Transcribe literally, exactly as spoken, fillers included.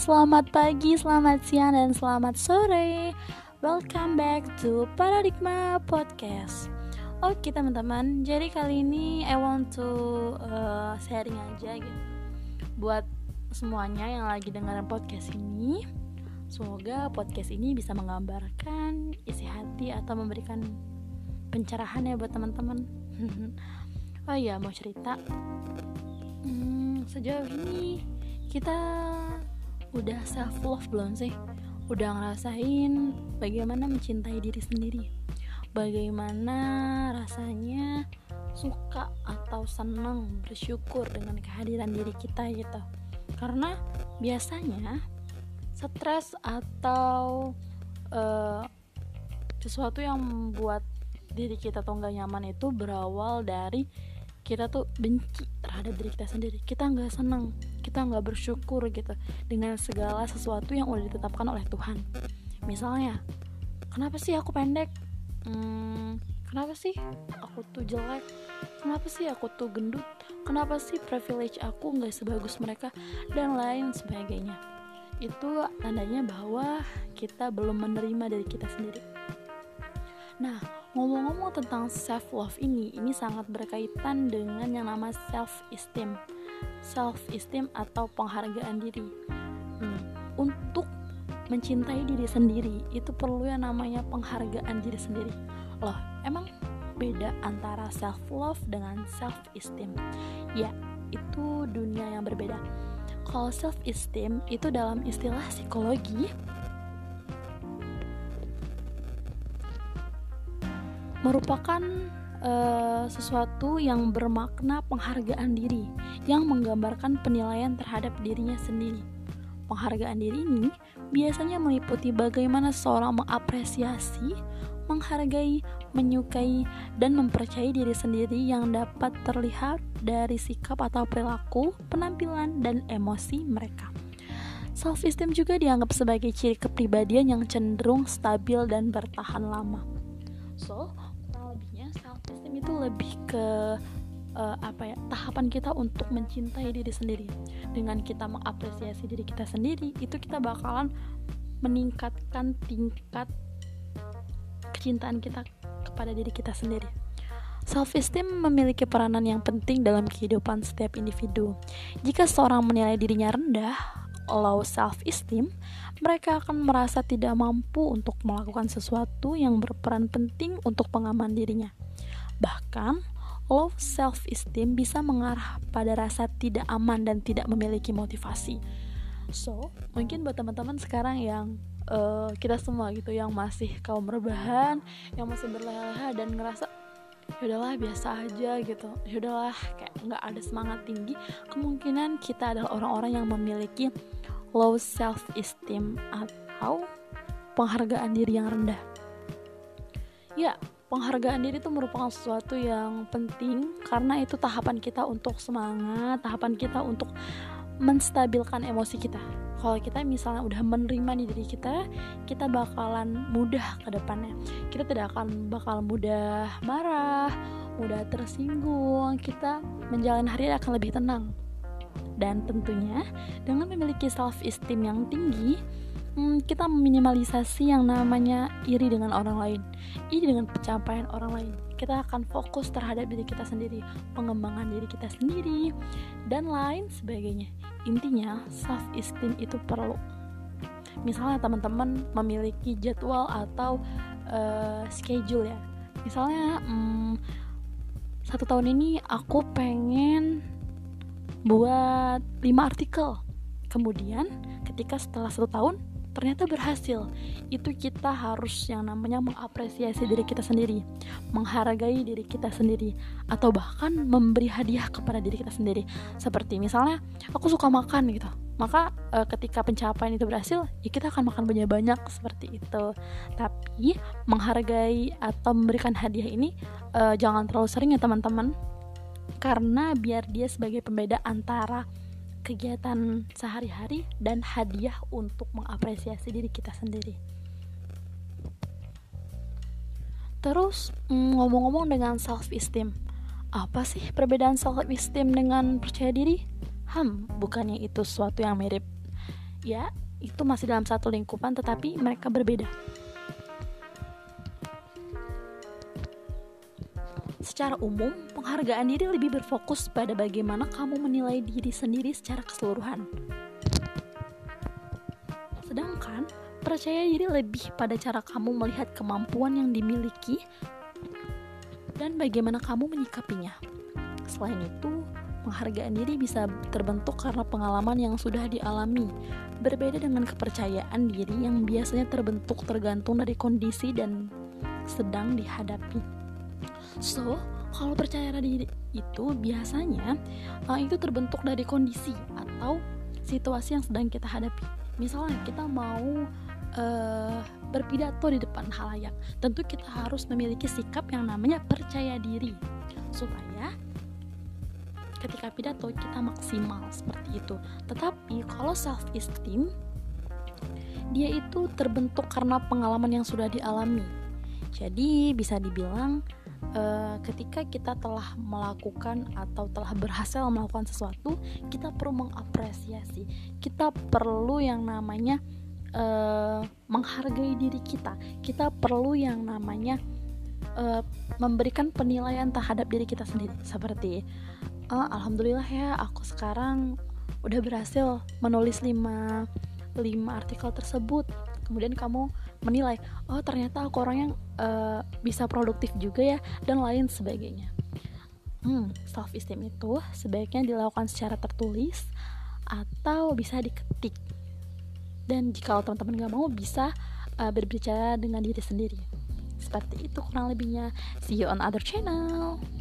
Selamat pagi, selamat siang, dan selamat sore. Welcome back to Paradigma Podcast. Oke teman-teman, jadi kali ini I want to uh, sharing aja gitu buat semuanya yang lagi dengerin podcast ini. Semoga podcast ini bisa menggambarkan isi hati atau memberikan pencerahan ya buat teman-teman. Oh iya, mau cerita. Hmm, sejauh ini kita udah self love belum sih? Udah ngerasain bagaimana mencintai diri sendiri? Bagaimana rasanya suka atau senang, bersyukur dengan kehadiran diri kita gitu? Karena biasanya stres atau uh, sesuatu yang membuat diri kita tuh gak nyaman itu berawal dari kita tuh benci terhadap diri kita sendiri. Kita gak senang, kita gak bersyukur gitu dengan segala sesuatu yang udah ditetapkan oleh Tuhan. Misalnya, kenapa sih aku pendek? Hmm, kenapa sih aku tuh jelek? Kenapa sih aku tuh gendut? Kenapa sih privilege aku gak sebagus mereka? Dan lain sebagainya. Itu tandanya bahwa kita belum menerima diri kita sendiri. Nah, ngomong-ngomong tentang self-love ini, ini sangat berkaitan dengan yang nama self-esteem. Self-esteem atau penghargaan diri. Hmm, untuk mencintai diri sendiri, itu perlu yang namanya penghargaan diri sendiri. Loh, emang beda antara self-love dengan self-esteem? Ya, itu dunia yang berbeda. Kalau self-esteem itu dalam istilah psikologi merupakan uh, sesuatu yang bermakna penghargaan diri, yang menggambarkan penilaian terhadap dirinya sendiri. Penghargaan diri ini biasanya meliputi bagaimana seseorang mengapresiasi, menghargai, menyukai, dan mempercayai diri sendiri yang dapat terlihat dari sikap atau perilaku, penampilan, dan emosi mereka. Self-esteem juga dianggap sebagai ciri kepribadian yang cenderung stabil dan bertahan lama. So, kurang lebihnya self-esteem itu lebih ke uh, apa ya, tahapan kita untuk mencintai diri sendiri. Dengan kita mengapresiasi diri kita sendiri, itu kita bakalan meningkatkan tingkat kecintaan kita kepada diri kita sendiri. Self-esteem memiliki peranan yang penting dalam kehidupan setiap individu. Jika seorang menilai dirinya rendah, low self-esteem, mereka akan merasa tidak mampu untuk melakukan sesuatu yang berperan penting untuk pengaman dirinya. Bahkan, low self-esteem bisa mengarah pada rasa tidak aman dan tidak memiliki motivasi. So, mungkin buat teman-teman sekarang yang uh, kita semua gitu, yang masih kaum rebahan, yang masih berleha-leha dan ngerasa yaudahlah biasa aja gitu, yaudahlah kayak nggak ada semangat tinggi, kemungkinan kita adalah orang-orang yang memiliki low self-esteem atau penghargaan diri yang rendah. Ya, penghargaan diri itu merupakan sesuatu yang penting karena itu tahapan kita untuk semangat, tahapan kita untuk menstabilkan emosi kita. Kalau kita misalnya udah menerima nih diri kita, kita bakalan mudah ke depannya. Kita tidak akan bakal mudah marah, mudah tersinggung. Kita menjalani hari akan lebih tenang. Dan tentunya dengan memiliki self-esteem yang tinggi, hmm, kita meminimalisasi yang namanya iri dengan orang lain, iri dengan pencapaian orang lain. Kita akan fokus terhadap diri kita sendiri, pengembangan diri kita sendiri, dan lain sebagainya. Intinya, self-esteem itu perlu. Misalnya teman-teman memiliki jadwal atau uh, schedule ya. Misalnya, hmm, satu tahun ini aku pengen buat lima artikel. Kemudian ketika setelah satu tahun ternyata berhasil, itu kita harus yang namanya mengapresiasi diri kita sendiri, menghargai diri kita sendiri, atau bahkan memberi hadiah kepada diri kita sendiri. Seperti misalnya aku suka makan gitu, maka e, ketika pencapaian itu berhasil, ya kita akan makan banyak-banyak seperti itu. Tapi menghargai atau memberikan hadiah ini e, jangan terlalu sering ya teman-teman, karena biar dia sebagai pembeda antara kegiatan sehari-hari dan hadiah untuk mengapresiasi diri kita sendiri. Terus ngomong-ngomong dengan self-esteem, apa sih perbedaan self-esteem dengan percaya diri? Hmm, bukannya itu sesuatu yang mirip? Ya, itu masih dalam satu lingkupan tetapi mereka berbeda. Secara umum, penghargaan diri lebih berfokus pada bagaimana kamu menilai diri sendiri secara keseluruhan. Sedangkan percaya diri lebih pada cara kamu melihat kemampuan yang dimiliki dan bagaimana kamu menyikapinya. Selain itu, penghargaan diri bisa terbentuk karena pengalaman yang sudah dialami, berbeda dengan kepercayaan diri yang biasanya terbentuk tergantung dari kondisi dan sedang dihadapi. So, kalau percaya diri itu biasanya uh, itu terbentuk dari kondisi atau situasi yang sedang kita hadapi. Misalnya kita mau uh, berpidato di depan halayak, tentu kita harus memiliki sikap yang namanya percaya diri supaya ketika pidato kita maksimal seperti itu. Tetapi kalau self esteem, dia itu terbentuk karena pengalaman yang sudah dialami. Jadi bisa dibilang uh, ketika kita telah melakukan atau telah berhasil melakukan sesuatu, kita perlu mengapresiasi. Kita perlu yang namanya uh, menghargai diri kita. Kita perlu yang namanya uh, memberikan penilaian terhadap diri kita sendiri. Seperti Oh, alhamdulillah ya, aku sekarang udah berhasil menulis lima artikel tersebut. Kemudian kamu menilai, oh ternyata aku orang yang uh, bisa produktif juga ya, dan lain sebagainya. Hmm, self esteem itu sebaiknya dilakukan secara tertulis atau bisa diketik. Dan jika teman-teman gak mau, bisa uh, berbicara dengan diri sendiri. Seperti itu kurang lebihnya. See you on other channel.